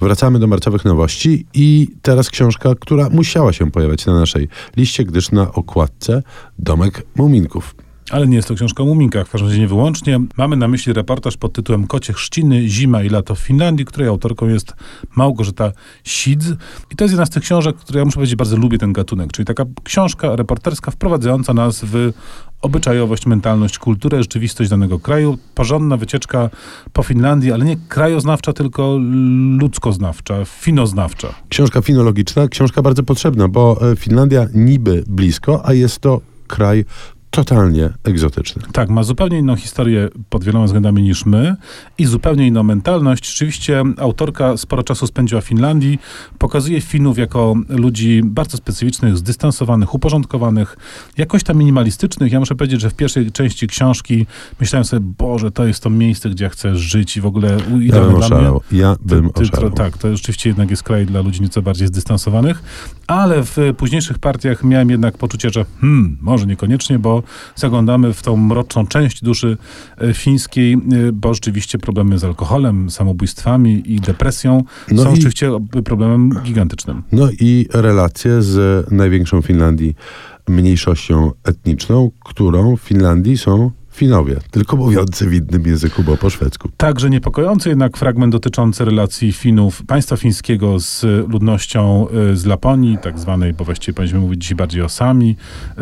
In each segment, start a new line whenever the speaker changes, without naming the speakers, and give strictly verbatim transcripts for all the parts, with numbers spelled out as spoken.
Wracamy do marcowych nowości i teraz książka, która musiała się pojawiać na naszej liście, gdyż na okładce Domek Muminków.
Ale nie jest to książka o muminkach, w każdym razie nie wyłącznie. Mamy na myśli reportaż pod tytułem Kocie chrzciny, zima i lato w Finlandii, której autorką jest Małgorzata Sidz. I to jest jedna z tych książek, które ja muszę powiedzieć, bardzo lubię ten gatunek. Czyli taka książka reporterska wprowadzająca nas w obyczajowość, mentalność, kulturę, rzeczywistość danego kraju. Porządna wycieczka po Finlandii, ale nie krajoznawcza, tylko ludzkoznawcza, finoznawcza.
Książka finologiczna, książka bardzo potrzebna, bo Finlandia niby blisko, a jest to kraj totalnie egzotyczny.
Tak, ma zupełnie inną historię pod wieloma względami niż my i zupełnie inną mentalność. Rzeczywiście autorka sporo czasu spędziła w Finlandii, pokazuje Finów jako ludzi bardzo specyficznych, zdystansowanych, uporządkowanych, jakoś tam minimalistycznych. Ja muszę powiedzieć, że w pierwszej części książki myślałem sobie, Boże, to jest to miejsce, gdzie ja chcę żyć i w ogóle
ja bym oszalał. Ja bym ty, ty,
oszalał. Tak, to rzeczywiście jednak jest kraj dla ludzi nieco bardziej zdystansowanych, ale w późniejszych partiach miałem jednak poczucie, że hmm, może niekoniecznie, bo zaglądamy w tą mroczną część duszy fińskiej, bo rzeczywiście problemy z alkoholem, samobójstwami i depresją no są i, rzeczywiście problemem gigantycznym.
No i relacje z największą w Finlandii mniejszością etniczną, którą w Finlandii są Finowie, tylko mówiący w innym języku, bo po szwedzku.
Także niepokojący jednak fragment dotyczący relacji Finów, państwa fińskiego z ludnością z Laponii, tak zwanej, bo właściwie powinniśmy mówić dzisiaj bardziej o Sami.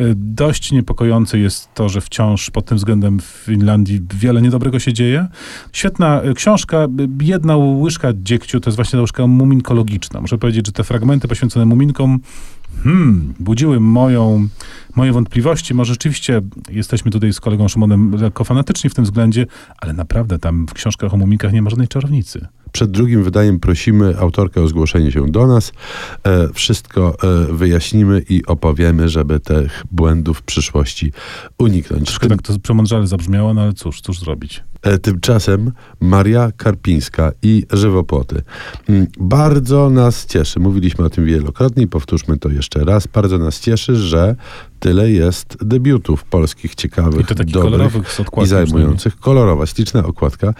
Dość niepokojące jest to, że wciąż pod tym względem w Finlandii wiele niedobrego się dzieje. Świetna książka, jedna łyżka dziegciu, to jest właśnie ta łyżka muminkologiczna. Muszę powiedzieć, że te fragmenty poświęcone muminkom Hmm, budziły moją, moje wątpliwości. Może rzeczywiście jesteśmy tutaj z kolegą Szymonem lekko fanatyczni w tym względzie, ale naprawdę tam w książkach o muminkach nie ma żadnej czarownicy.
Przed drugim wydaniem prosimy autorkę o zgłoszenie się do nas. E, wszystko e, wyjaśnimy i opowiemy, żeby tych błędów w przyszłości uniknąć.
Troszkę tak to przemądrzale zabrzmiało, no ale cóż, cóż zrobić.
E, tymczasem Maria Karpińska i żywopłoty. Mm, bardzo nas cieszy, mówiliśmy o tym wielokrotnie i powtórzmy to jeszcze raz, bardzo nas cieszy, że tyle jest debiutów polskich, ciekawych,
I to takich
dobrych
kolorowych z okładką
i zajmujących. Kolorowa, śliczna okładka.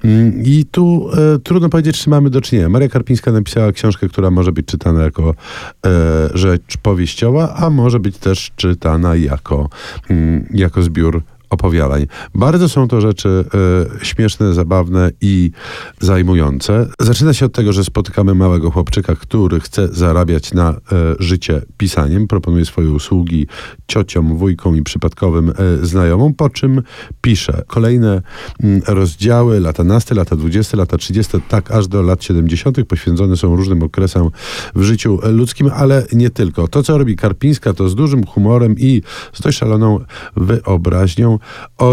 I tu e, trudno powiedzieć, czy mamy do czynienia. Maria Karpińska napisała książkę, która może być czytana jako e, rzecz powieściowa, a może być też czytana jako, mm, jako zbiór opowiadań. Bardzo są to rzeczy e, śmieszne, zabawne i zajmujące. Zaczyna się od tego, że spotykamy małego chłopczyka, który chce zarabiać na e, życie pisaniem. Proponuje swoje usługi ciociom, wujkom i przypadkowym e, znajomom, po czym pisze kolejne m, rozdziały, lata naste, lata dwudzieste, lata trzydzieste, tak aż do lat siedemdziesiątych poświęcone są różnym okresom w życiu ludzkim, ale nie tylko. To, co robi Karpińska, to z dużym humorem i z dość szaloną wyobraźnią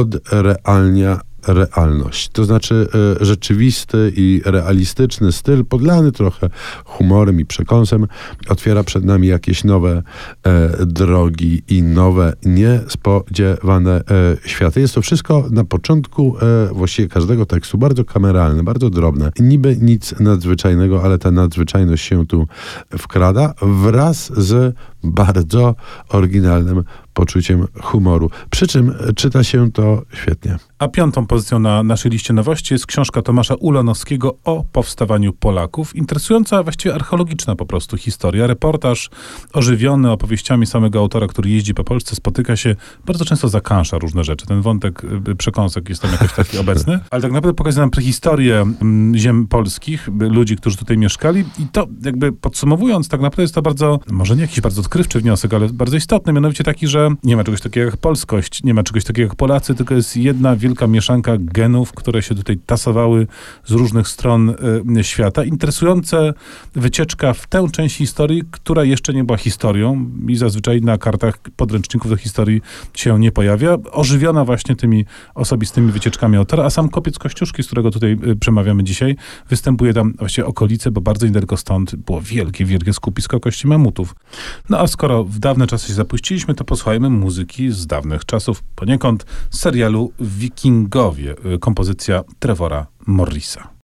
odrealnia realność. To znaczy e, rzeczywisty i realistyczny styl, podlany trochę humorem i przekąsem, otwiera przed nami jakieś nowe e, drogi i nowe, niespodziewane e, światy. Jest to wszystko na początku e, właściwie każdego tekstu bardzo kameralne, bardzo drobne. Niby nic nadzwyczajnego, ale ta nadzwyczajność się tu wkrada wraz z bardzo oryginalnym poczuciem humoru. Przy czym czyta się to świetnie.
A piątą pozycją na naszej liście nowości jest książka Tomasza Ulanowskiego o powstawaniu Polaków. Interesująca, właściwie archeologiczna po prostu historia. Reportaż ożywiony opowieściami samego autora, który jeździ po Polsce, spotyka się, bardzo często zakąsza różne rzeczy. Ten wątek przekąsek jest tam jakoś taki obecny. Ale tak naprawdę pokazuje nam prehistorię ziem polskich, ludzi, którzy tutaj mieszkali. I to jakby podsumowując, tak naprawdę jest to bardzo, może nie jakiś bardzo odkrywczy wniosek, ale bardzo istotny, mianowicie taki, że nie ma czegoś takiego jak polskość, nie ma czegoś takiego jak Polacy, tylko jest jedna wielka mieszanka genów, które się tutaj tasowały z różnych stron y, świata. Interesująca wycieczka w tę część historii, która jeszcze nie była historią i zazwyczaj na kartach podręczników do historii się nie pojawia. Ożywiona właśnie tymi osobistymi wycieczkami autora, a sam Kopiec Kościuszki, z którego tutaj y, przemawiamy dzisiaj, występuje tam właściwie okolice, bo bardzo niedaleko stąd było wielkie, wielkie skupisko kości mamutów. No a skoro w dawne czasy się zapuściliśmy, to posłuchajmy muzyki z dawnych czasów, poniekąd z serialu Wikingowie, kompozycja Trevora Morrisa.